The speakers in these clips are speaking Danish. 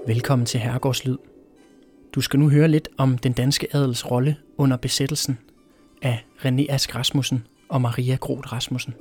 Velkommen til Herregårdslyd. Du skal nu høre lidt om den danske adels rolle under besættelsen af René Ask Rasmussen og Maria Groth Rasmussen.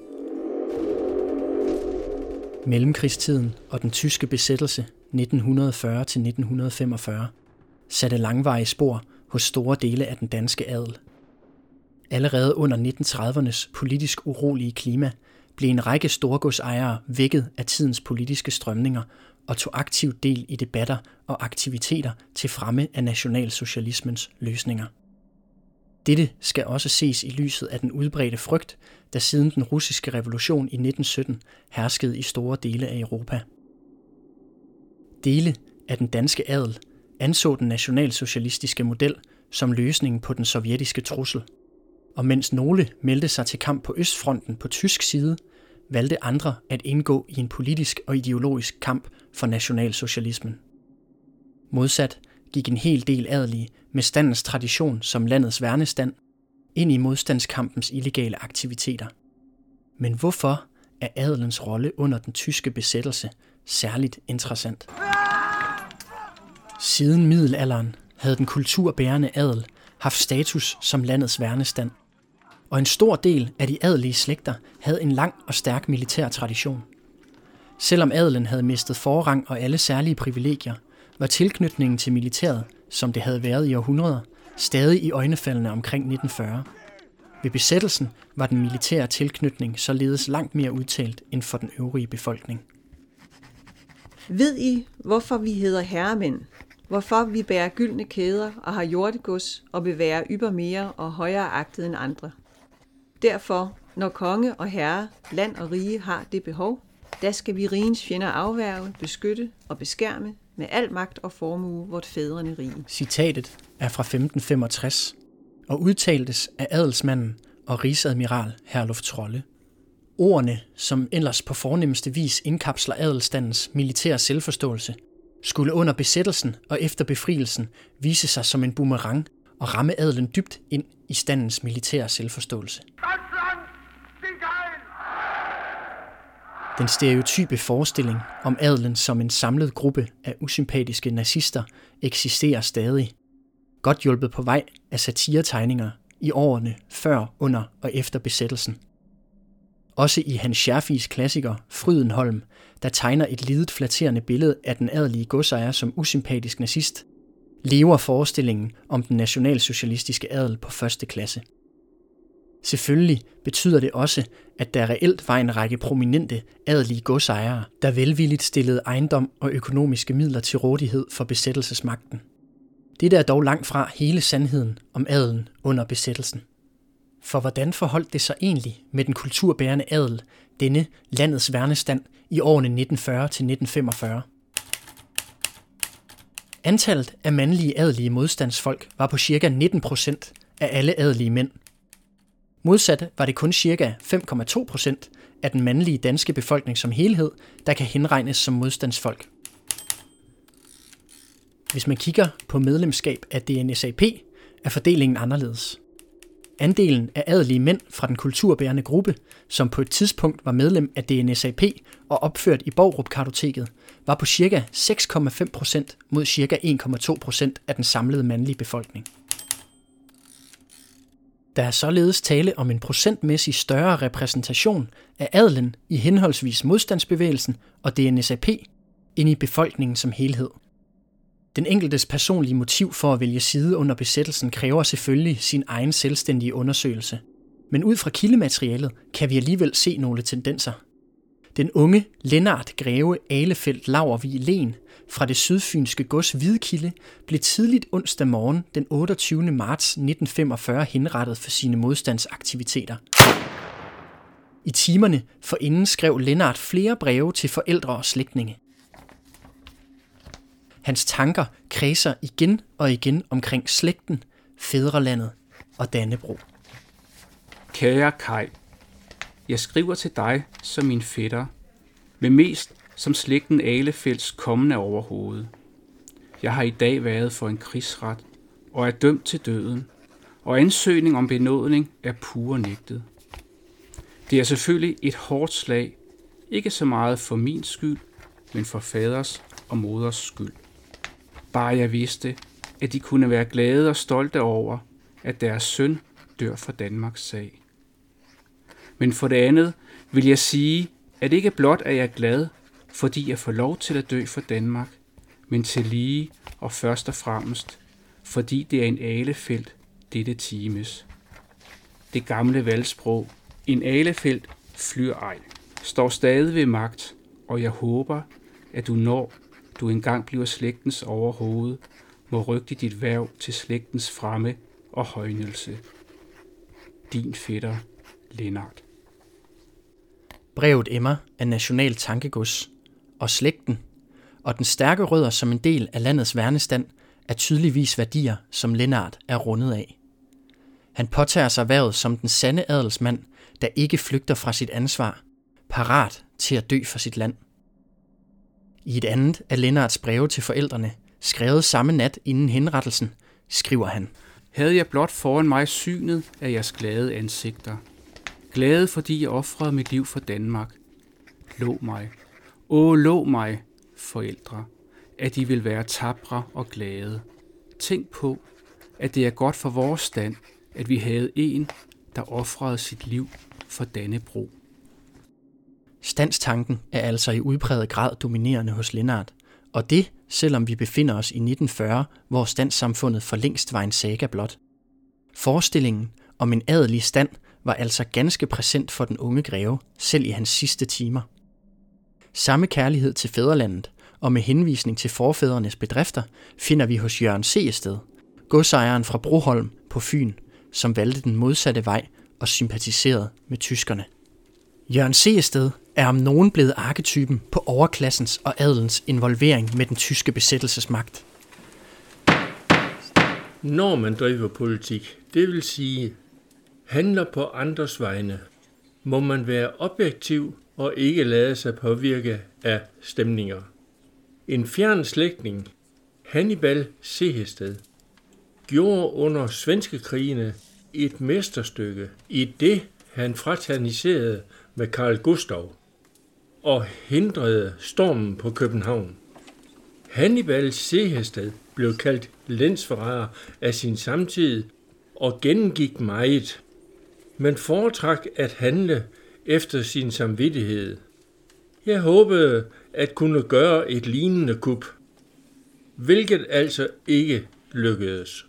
Mellemkrigstiden og den tyske besættelse 1940-1945 satte langvarige spor hos store dele af den danske adel. Allerede under 1930'ernes politisk urolige klima blev en række storgodsejere vækket af tidens politiske strømninger og tog aktivt del i debatter og aktiviteter til fremme af nationalsocialismens løsninger. Dette skal også ses i lyset af den udbredte frygt, der siden den russiske revolution i 1917 herskede i store dele af Europa. Dele af den danske adel anså den nationalsocialistiske model som løsningen på den sovjetiske trussel, og mens nogle meldte sig til kamp på Østfronten på tysk side, valgte andre at indgå i en politisk og ideologisk kamp for nationalsocialismen. Modsat gik en hel del adelige med standens tradition som landets værnestand ind i modstandskampens illegale aktiviteter. Men hvorfor er adelens rolle under den tyske besættelse særligt interessant? Siden middelalderen havde den kulturbærende adel haft status som landets værnestand, og en stor del af de adelige slægter havde en lang og stærk militær tradition. Selvom adelen havde mistet forrang og alle særlige privilegier, var tilknytningen til militæret, som det havde været i århundreder, stadig i øjnefaldende omkring 1940. Ved besættelsen var den militære tilknytning således langt mere udtalt end for den øvrige befolkning. Ved I, hvorfor vi hedder herremænd? Hvorfor vi bærer gyldne kæder og har jordegods og bevæger yppermere og højere agtet end andre? Derfor, når konge og herre, land og rige har det behov, der skal vi rigens fjender afværge, beskytte og beskærme med al magt og formue vort fædrene rige. Citatet er fra 1565 og udtaltes af adelsmanden og rigsadmiral Herluf Trolle. Ordene, som ellers på fornemmeste vis indkapsler adelstandens militære selvforståelse, skulle under besættelsen og efter befrielsen vise sig som en boomerang og ramme adelen dybt ind i standens militære selvforståelse. Den stereotype forestilling om adelen som en samlet gruppe af usympatiske nazister eksisterer stadig, godt hjulpet på vej af satiretegninger i årene før, under og efter besættelsen. Også i Hans Scherfigs klassiker Frydenholm, der tegner et lidet flatterende billede af den adelige godsejer som usympatisk nazist, lever forestillingen om den nationalsocialistiske adel på første klasse. Selvfølgelig betyder det også, at der reelt var en række prominente adelige godsejere, der velvilligt stillede ejendom og økonomiske midler til rådighed for besættelsesmagten. Dette er dog langt fra hele sandheden om adelen under besættelsen. For hvordan forholdt det sig egentlig med den kulturbærende adel, denne landets værnestand, i årene 1940-1945? Antallet af mandlige adelige modstandsfolk var på ca. 19% af alle adelige mænd. Modsat var det kun ca. 5,2% af den mandlige danske befolkning som helhed, der kan henregnes som modstandsfolk. Hvis man kigger på medlemskab af DNSAP, er fordelingen anderledes. Andelen af adelige mænd fra den kulturbærende gruppe, som på et tidspunkt var medlem af DNSAP og opført i Borup-kartoteket, var på ca. 6,5% mod ca. 1,2% af den samlede mandlige befolkning. Der er således tale om en procentmæssig større repræsentation af adelen i henholdsvis modstandsbevægelsen og DNSAP end i befolkningen som helhed. Den enkeltes personlige motiv for at vælge side under besættelsen kræver selvfølgelig sin egen selvstændige undersøgelse. Men ud fra kildematerialet kan vi alligevel se nogle tendenser. Den unge Lennart Greve Ahlefeldt Laurvig Lehn fra det sydfynske gods Hvidkilde blev tidligt onsdag morgen den 28. marts 1945 henrettet for sine modstandsaktiviteter. I timerne forinden skrev Lennart flere breve til forældre og slægtninge. Hans tanker kredser igen og igen omkring slægten, fædrelandet og Dannebrog. Kære Kai, jeg skriver til dig som min fætter, men mest som slægten Ahlefeldts kommende overhoved. Jeg har i dag været for en krigsret og er dømt til døden, og ansøgning om benådning er pure nægtet. Det er selvfølgelig et hårdt slag, ikke så meget for min skyld, men for faders og moders skyld. Bare jeg vidste, at de kunne være glade og stolte over, at deres søn dør for Danmarks sag. Men for det andet vil jeg sige, at ikke blot er jeg glad, fordi jeg får lov til at dø for Danmark, men til lige og først og fremmest, fordi det er en alefelt, dette times. Det gamle valgsprog, en alefelt flyr ej, står stadig ved magt, og jeg håber, at du når du engang bliver slægtens overhoved, må rygte dit værv til slægtens fremme og højnelse. Din fætter, Lennart. Brevet emmer af national tankegods, og slægten, og den stærke rødder som en del af landets værnestand, er tydeligvis værdier, som Lennart er rundet af. Han påtager sig hvervet som den sande adelsmand, der ikke flygter fra sit ansvar, parat til at dø for sit land. I et andet af Lennarts breve til forældrene, skrevet samme nat inden henrettelsen, skriver han: Havde jeg blot foran mig synet af jeres glade ansigter. Glade, fordi jeg ofrede mit liv for Danmark. Lov mig, lov mig, forældre, at I vil være tapre og glade. Tænk på, at det er godt for vores stand, at vi havde en, der ofrede sit liv for Dannebrog. Standstanken er altså i udpræget grad dominerende hos Lennart, og det, selvom vi befinder os i 1940, hvor standssamfundet for længst var en saga blot. Forestillingen om en adelig stand var altså ganske præsent for den unge greve, selv i hans sidste timer. Samme kærlighed til fædrelandet, og med henvisning til forfædrenes bedrifter, finder vi hos Jørgen Segested, godsejeren fra Broholm på Fyn, som valgte den modsatte vej og sympatiserede med tyskerne. Jørgen Segested er om nogen blevet arketypen på overklassens og adelens involvering med den tyske besættelsesmagt. Når man driver politik, det vil sige handler på andres vegne, må man være objektiv og ikke lade sig påvirke af stemninger. En fjern slægtning, Hannibal Sehested, gjorde under svenskekrigene et mesterstykke i det, han fraterniserede med Carl Gustav og hindrede stormen på København. Hannibal Sehested blev kaldt landsforræder af sin samtid og gennemgik meget, men foretrak at handle efter sin samvittighed. Jeg håbede at kunne gøre et lignende kup, hvilket altså ikke lykkedes.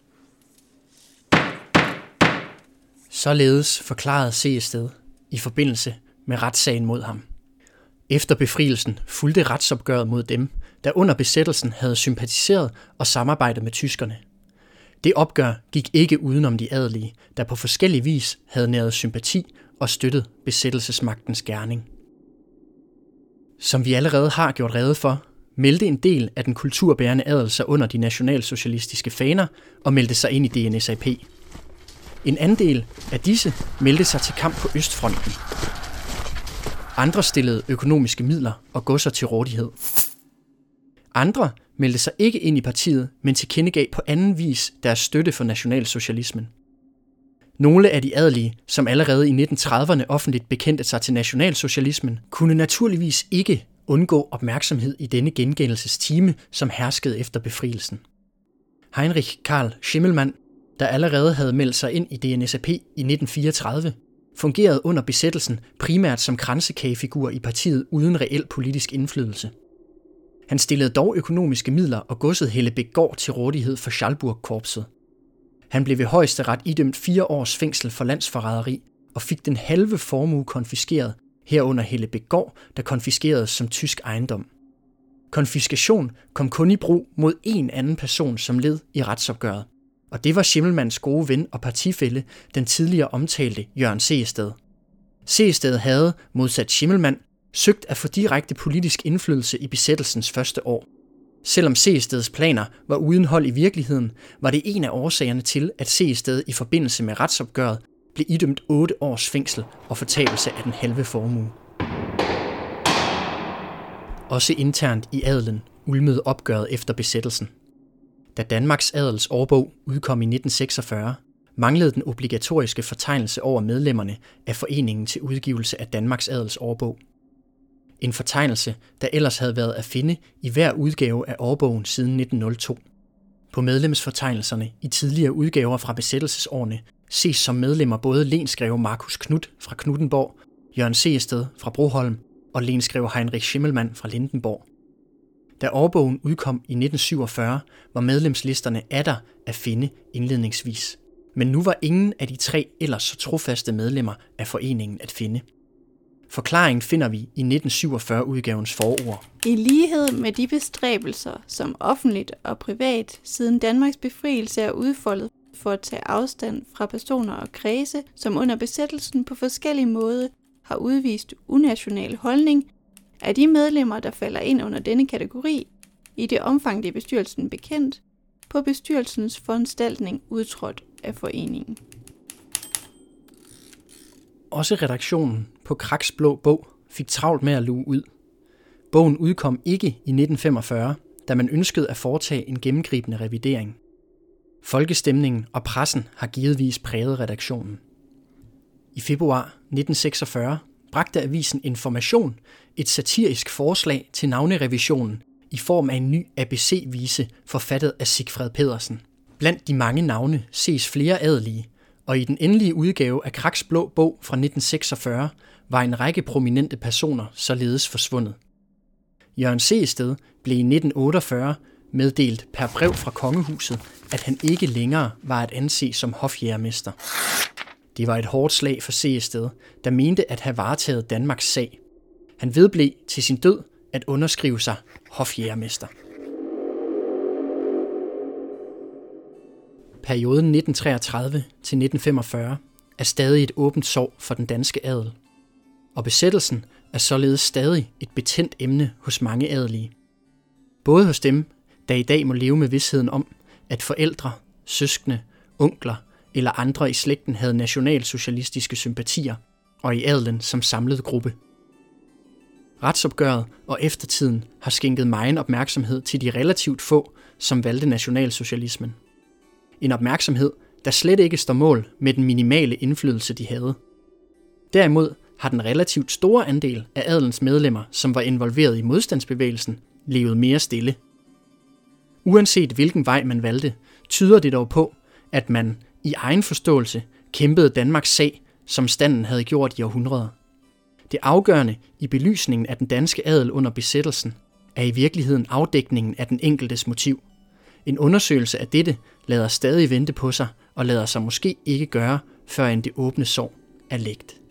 Således forklarede Sehested i forbindelse med retssagen mod ham. Efter befrielsen fulgte retsopgøret mod dem, der under besættelsen havde sympatiseret og samarbejdet med tyskerne. Det opgør gik ikke udenom de adelige, der på forskellig vis havde næret sympati og støttet besættelsesmagtens gerning. Som vi allerede har gjort rede for, meldte en del af den kulturbærende adel sig under de nationalsocialistiske faner og meldte sig ind i DNSAP. En anden del af disse meldte sig til kamp på Østfronten. Andre stillede økonomiske midler og godser til rådighed. Andre meldte sig ikke ind i partiet, men tilkendegav på anden vis deres støtte for nationalsocialismen. Nogle af de adelige, som allerede i 1930'erne offentligt bekendte sig til nationalsocialismen, kunne naturligvis ikke undgå opmærksomhed i denne gengældelsestime, som herskede efter befrielsen. Heinrich Karl Schimmelmann, der allerede havde meldt sig ind i DNSAP i 1934, fungerede under besættelsen primært som kransekagefigur i partiet uden reel politisk indflydelse. Han stillede dog økonomiske midler og godset Hellebækgård til rådighed for Schalburg-korpset. Han blev ved højesteret idømt 4 års fængsel for landsforræderi og fik den halve formue konfiskeret, herunder Hellebækgård, der konfiskeredes som tysk ejendom. Konfiskation kom kun i brug mod en anden person som led i retsopgøret, og det var Schimmelmanns gode ven og partifælle, den tidligere omtalte Jørgen Segested. Segested havde, modsat Schimmelmann, søgt at få direkte politisk indflydelse i besættelsens første år. Selvom Sehesteds planer var uden hold i virkeligheden, var det en af årsagerne til, at Segested i forbindelse med retsopgøret blev idømt 8 års fængsel og fortabelse af den halve formue. Også internt i adelen ulmede opgøret efter besættelsen. Da Danmarks Adels Årbog udkom i 1946, manglede den obligatoriske fortegnelse over medlemmerne af Foreningen til udgivelse af Danmarks Adels Årbog. En fortegnelse, der ellers havde været at finde i hver udgave af årbogen siden 1902. På medlemsfortegnelserne i tidligere udgaver fra besættelsesårene ses som medlemmer både lensgreve Markus Knudt fra Knuthenborg, Jørgen Sehested fra Broholm og lensgreve Heinrich Schimmelmann fra Lindenborg. Da årbogen udkom i 1947, var medlemslisterne atter at finde indledningsvis. Men nu var ingen af de 3 ellers så trofaste medlemmer af foreningen at finde. Forklaringen finder vi i 1947-udgavens forord. I lighed med de bestræbelser, som offentligt og privat siden Danmarks befrielse er udfoldet for at tage afstand fra personer og kredse, som under besættelsen på forskellige måder har udvist unational holdning, er de medlemmer, der falder ind under denne kategori, i det omfang det er bestyrelsen bekendt, på bestyrelsens foranstaltning udtrådt af foreningen. Også redaktionen på Kraks Blå Bog fik travlt med at luge ud. Bogen udkom ikke i 1945, da man ønskede at foretage en gennemgribende revidering. Folkestemningen og pressen har givetvis præget redaktionen. I februar 1946 bragte avisen Information et satirisk forslag til navnerevisionen i form af en ny ABC-vise forfattet af Sigfred Pedersen. Blandt de mange navne ses flere adelige, og i den endelige udgave af Kraks Blå Bog fra 1946 var en række prominente personer således forsvundet. Jørgen Sehested blev i 1948 meddelt per brev fra kongehuset, at han ikke længere var at anse som hofjægermester. Det var et hårdt slag for Sehested, der mente at have varetaget Danmarks sag. Han vedblev til sin død at underskrive sig hofjægermester. Perioden 1933 til 1945 er stadig et åbent sår for den danske adel, og besættelsen er således stadig et betændt emne hos mange adelige. Både hos dem, der i dag må leve med visheden om, at forældre, søskende, onkler eller andre i slægten havde nationalsocialistiske sympatier, og i adelen som samlet gruppe. Retsopgøret og eftertiden har skænket megen opmærksomhed til de relativt få, som valgte nationalsocialismen. En opmærksomhed, der slet ikke står mål med den minimale indflydelse, de havde. Derimod har den relativt store andel af adelens medlemmer, som var involveret i modstandsbevægelsen, levet mere stille. Uanset hvilken vej man valgte, tyder det dog på, at man i egen forståelse kæmpede Danmarks sag, som standen havde gjort i århundreder. Det afgørende i belysningen af den danske adel under besættelsen er i virkeligheden afdækningen af den enkeltes motiv. En undersøgelse af dette lader stadig vente på sig og lader sig måske ikke gøre, før end det åbne sår er lægt.